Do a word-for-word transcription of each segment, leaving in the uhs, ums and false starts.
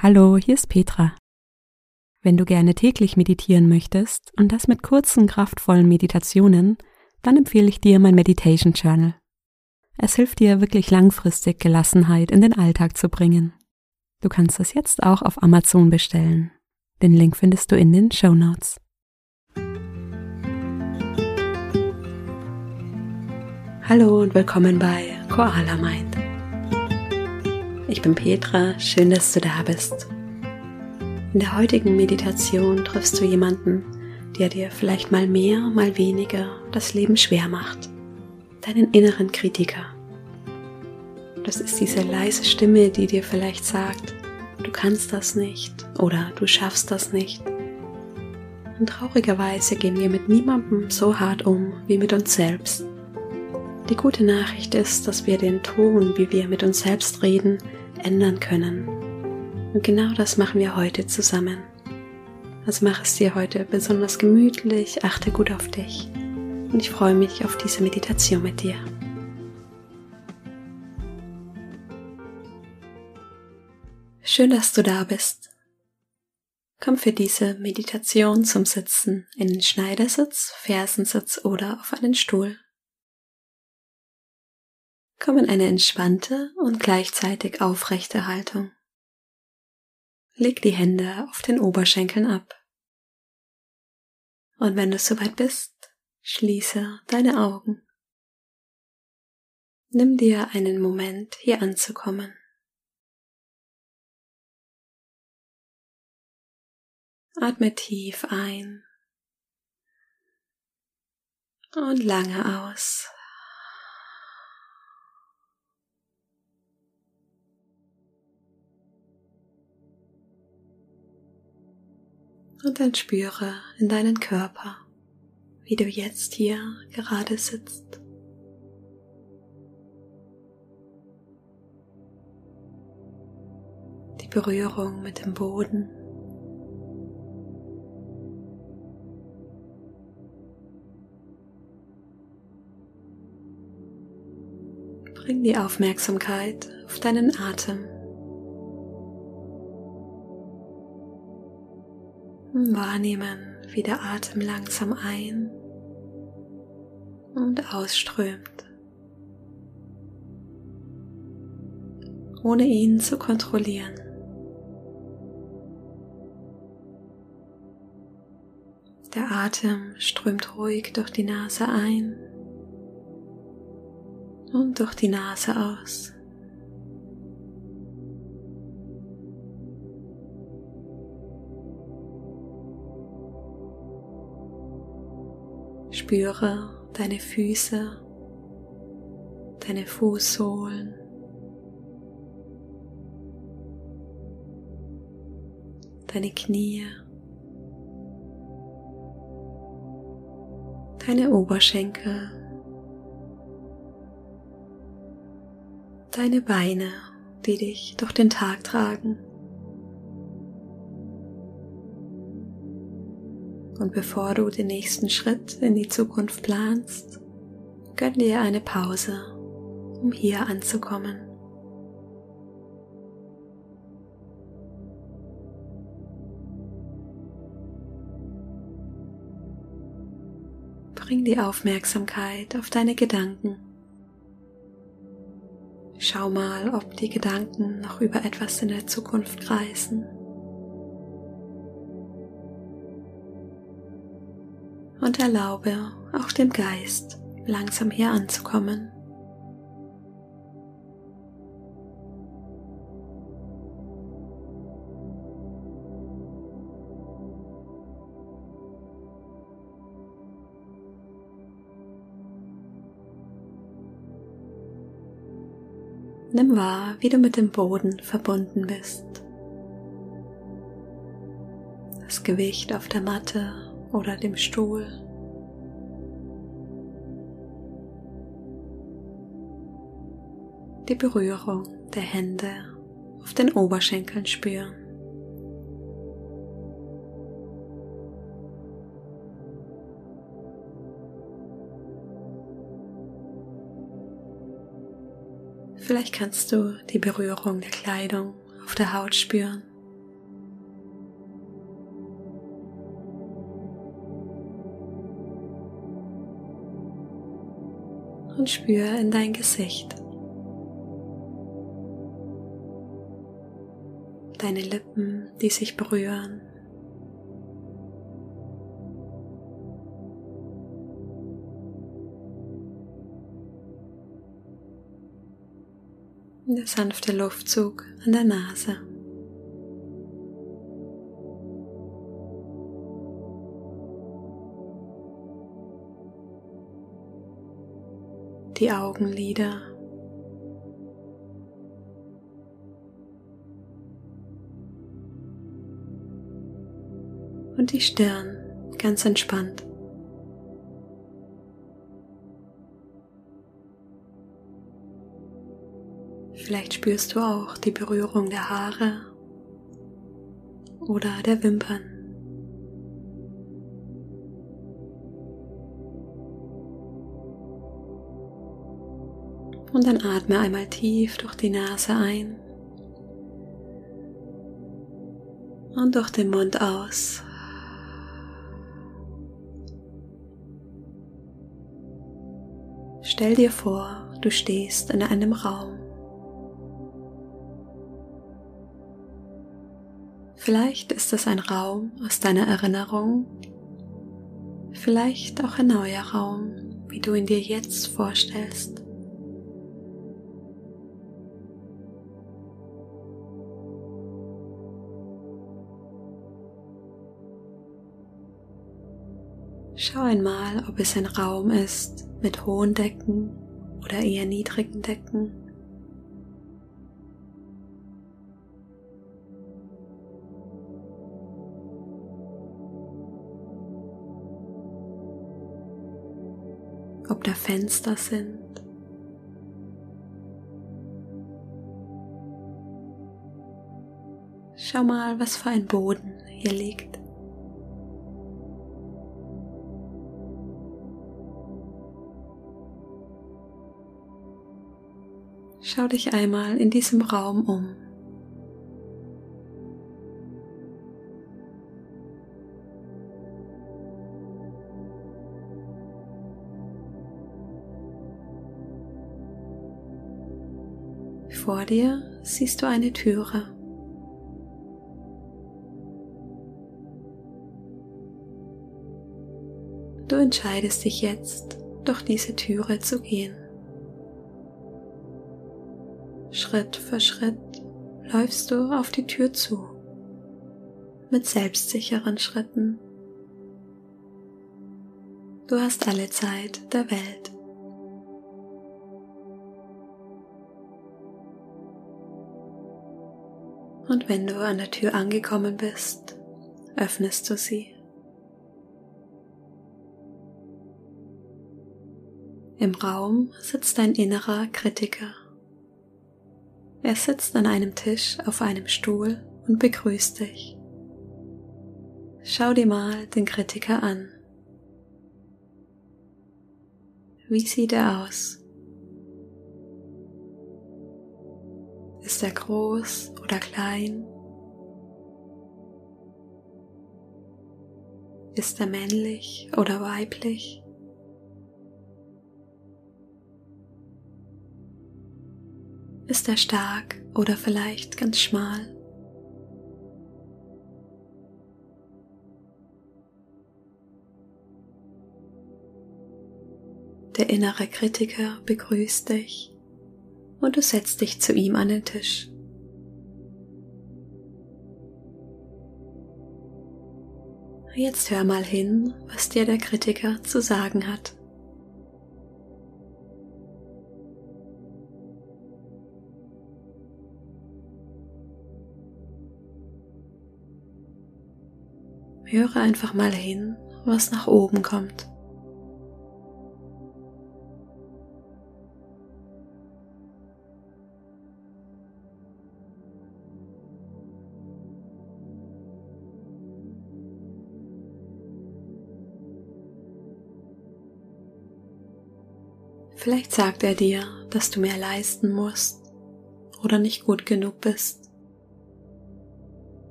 Hallo, hier ist Petra. Wenn du gerne täglich meditieren möchtest und das mit kurzen, kraftvollen Meditationen, dann empfehle ich dir mein Meditation Journal. Es hilft dir wirklich langfristig Gelassenheit in den Alltag zu bringen. Du kannst es jetzt auch auf Amazon bestellen. Den Link findest du in den Shownotes. Hallo und willkommen bei Koala Mind. Ich bin Petra, schön, dass du da bist. In der heutigen Meditation triffst du jemanden, der dir vielleicht mal mehr, mal weniger das Leben schwer macht. Deinen inneren Kritiker. Das ist diese leise Stimme, die dir vielleicht sagt, du kannst das nicht oder du schaffst das nicht. Und traurigerweise gehen wir mit niemandem so hart um wie mit uns selbst. Die gute Nachricht ist, dass wir den Ton, wie wir mit uns selbst reden, ändern können. Und genau das machen wir heute zusammen. Also mach es dir heute besonders gemütlich, achte gut auf dich. Und ich freue mich auf diese Meditation mit dir. Schön, dass du da bist. Komm für diese Meditation zum Sitzen in den Schneidersitz, Fersensitz oder auf einen Stuhl. Komm in eine entspannte und gleichzeitig aufrechte Haltung. Leg die Hände auf den Oberschenkeln ab. Und wenn du soweit bist, schließe deine Augen. Nimm dir einen Moment, hier anzukommen. Atme tief ein und lange aus. Und dann spüre in deinen Körper, wie du jetzt hier gerade sitzt. Die Berührung mit dem Boden. Bring die Aufmerksamkeit auf deinen Atem. Wahrnehmen, wie der Atem langsam ein- und ausströmt, ohne ihn zu kontrollieren. Der Atem strömt ruhig durch die Nase ein und durch die Nase aus. Spüre deine Füße, deine Fußsohlen, deine Knie, deine Oberschenkel, deine Beine, die dich durch den Tag tragen. Und bevor du den nächsten Schritt in die Zukunft planst, gönn dir eine Pause, um hier anzukommen. Bring die Aufmerksamkeit auf deine Gedanken. Schau mal, ob die Gedanken noch über etwas in der Zukunft kreisen. Und erlaube auch dem Geist, langsam hier anzukommen. Nimm wahr, wie du mit dem Boden verbunden bist. Das Gewicht auf der Matte oder dem Stuhl. Die Berührung der Hände auf den Oberschenkeln spüren. Vielleicht kannst du die Berührung der Kleidung auf der Haut spüren. und spür in dein Gesicht. Deine Lippen, die sich berühren. Der sanfte Luftzug an der Nase. Die Augenlider. Und die Stirn ganz entspannt. Vielleicht spürst du auch die Berührung der Haare oder der Wimpern. Und dann atme einmal tief durch die Nase ein und durch den Mund aus. Stell dir vor, du stehst in einem Raum. Vielleicht ist es ein Raum aus deiner Erinnerung, vielleicht auch ein neuer Raum, wie du ihn dir jetzt vorstellst. Schau einmal, ob es ein Raum ist mit hohen Decken oder eher niedrigen Decken. Ob da Fenster sind. Schau mal, was für ein Boden hier liegt. Schau dich einmal in diesem Raum um. Vor dir siehst du eine Türe. Du entscheidest dich jetzt, durch diese Türe zu gehen. Schritt für Schritt läufst du auf die Tür zu, mit selbstsicheren Schritten. Du hast alle Zeit der Welt. Und wenn du an der Tür angekommen bist, öffnest du sie. Im Raum sitzt dein innerer Kritiker. Er sitzt an einem Tisch auf einem Stuhl und begrüßt dich. Schau dir mal den Kritiker an. Wie sieht er aus? Ist er groß oder klein? Ist er männlich oder weiblich? Ist er stark oder vielleicht ganz schmal? Der innere Kritiker begrüßt dich und du setzt dich zu ihm an den Tisch. Jetzt hör mal hin, was dir der Kritiker zu sagen hat. Höre einfach mal hin, was nach oben kommt. Vielleicht sagt er dir, dass du mehr leisten musst oder nicht gut genug bist.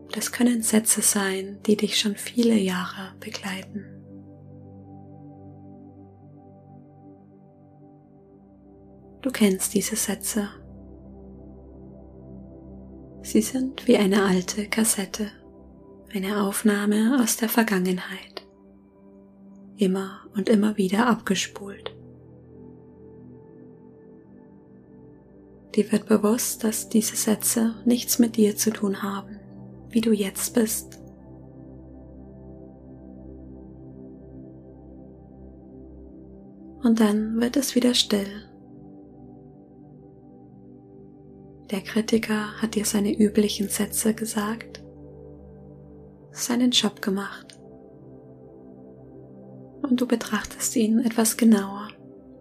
Das können Sätze sein, die dich schon viele Jahre begleiten. Du kennst diese Sätze. Sie sind wie eine alte Kassette, eine Aufnahme aus der Vergangenheit, immer und immer wieder abgespult. Dir wird bewusst, dass diese Sätze nichts mit dir zu tun haben, wie du jetzt bist. Und dann wird es wieder still. Der Kritiker hat dir seine üblichen Sätze gesagt, seinen Job gemacht. Und du betrachtest ihn etwas genauer.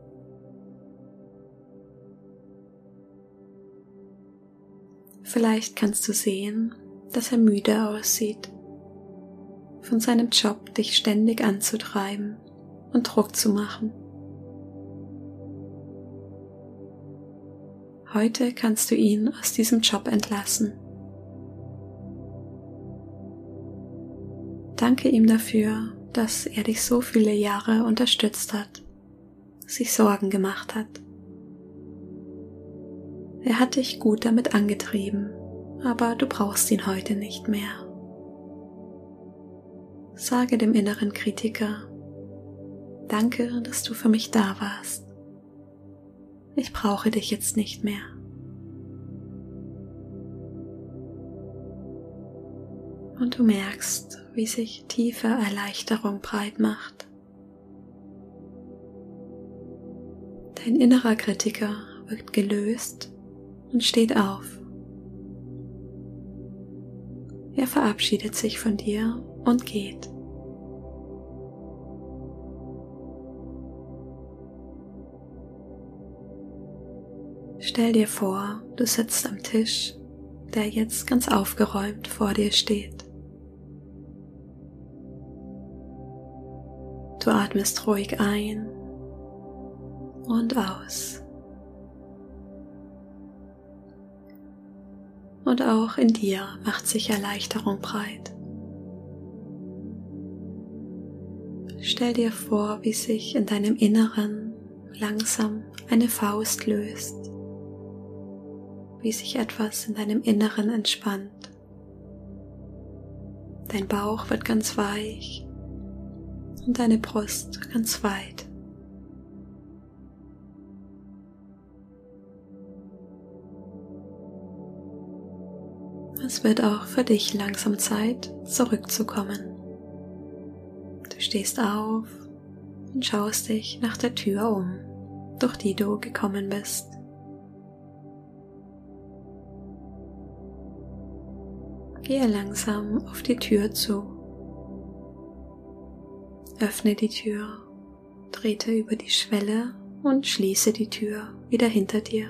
Vielleicht kannst du sehen, dass er müde aussieht, von seinem Job dich ständig anzutreiben und Druck zu machen. Heute kannst du ihn aus diesem Job entlassen. Danke ihm dafür, dass er dich so viele Jahre unterstützt hat, sich Sorgen gemacht hat. Er hat dich gut damit angetrieben, aber du brauchst ihn heute nicht mehr. Sage dem inneren Kritiker: Danke, dass du für mich da warst. Ich brauche dich jetzt nicht mehr. Und du merkst, wie sich tiefe Erleichterung breit macht. Dein innerer Kritiker wird gelöst und steht auf. Er verabschiedet sich von dir und geht. Stell dir vor, du sitzt am Tisch, der jetzt ganz aufgeräumt vor dir steht. Du atmest ruhig ein und aus. Und auch in dir macht sich Erleichterung breit. Stell dir vor, wie sich in deinem Inneren langsam eine Faust löst, wie sich etwas in deinem Inneren entspannt. Dein Bauch wird ganz weich und deine Brust ganz weit. Es wird auch für dich langsam Zeit, zurückzukommen. Du stehst auf und schaust dich nach der Tür um, durch die du gekommen bist. Gehe langsam auf die Tür zu. Öffne die Tür, trete über die Schwelle und schließe die Tür wieder hinter dir.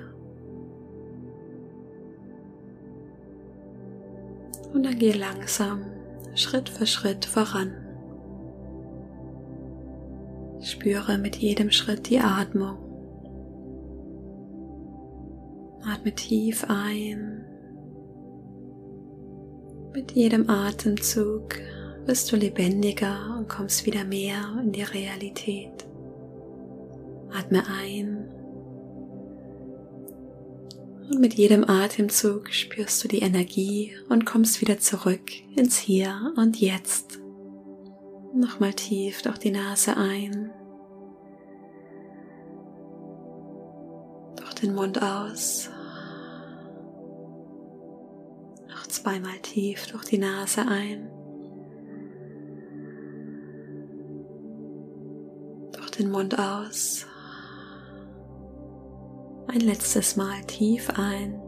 Und dann gehe langsam, Schritt für Schritt voran. Spüre mit jedem Schritt die Atmung. Atme tief ein. Mit jedem Atemzug wirst du lebendiger und kommst wieder mehr in die Realität. Atme ein und mit jedem Atemzug spürst du die Energie und kommst wieder zurück ins Hier und Jetzt. Nochmal tief durch die Nase ein, durch den Mund aus. Zweimal tief durch die Nase ein, durch den Mund aus, ein letztes Mal tief ein,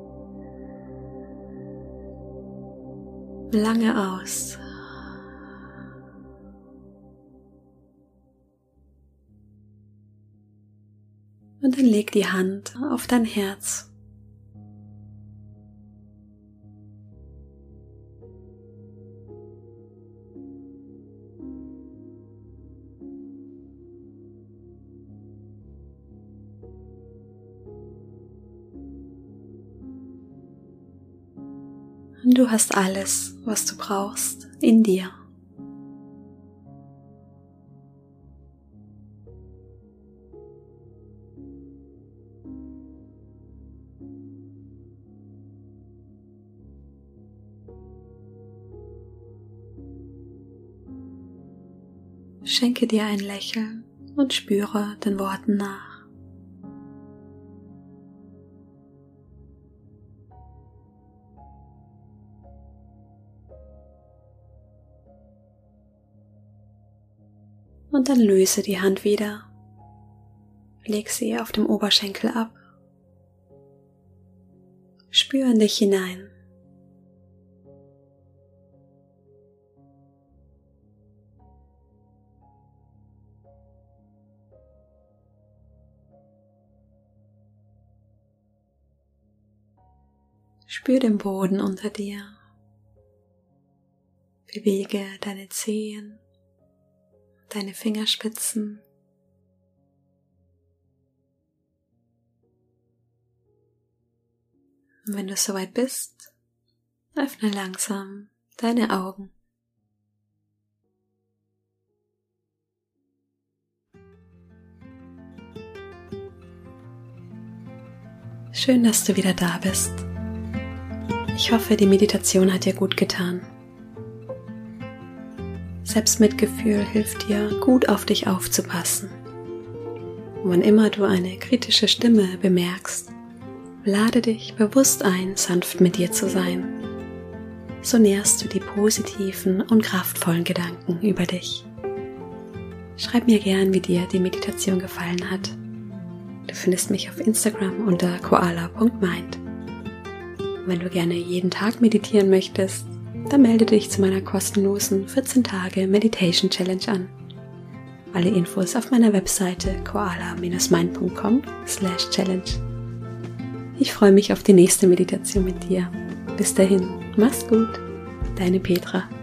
lange aus. Und dann leg die Hand auf dein Herz. Und du hast alles, was du brauchst, in dir. Schenke dir ein Lächeln und spüre den Worten nach. Und dann löse die Hand wieder, leg sie auf dem Oberschenkel ab, spüre in dich hinein. Spür den Boden unter dir, bewege deine Zehen, deine Fingerspitzen, und wenn du soweit bist, öffne langsam deine Augen. Schön, dass du wieder da bist. Ich hoffe, die Meditation hat dir gut getan. Selbstmitgefühl hilft dir, gut auf dich aufzupassen. Und wann immer du eine kritische Stimme bemerkst, lade dich bewusst ein, sanft mit dir zu sein. So nährst du die positiven und kraftvollen Gedanken über dich. Schreib mir gern, wie dir die Meditation gefallen hat. Du findest mich auf Instagram unter koala punkt mind. Wenn du gerne jeden Tag meditieren möchtest, dann melde dich zu meiner kostenlosen vierzehn Tage Meditation Challenge an. Alle Infos auf meiner Webseite koala Bindestrich mind punkt com slash challenge. Ich freue mich auf die nächste Meditation mit dir. Bis dahin, mach's gut, deine Petra.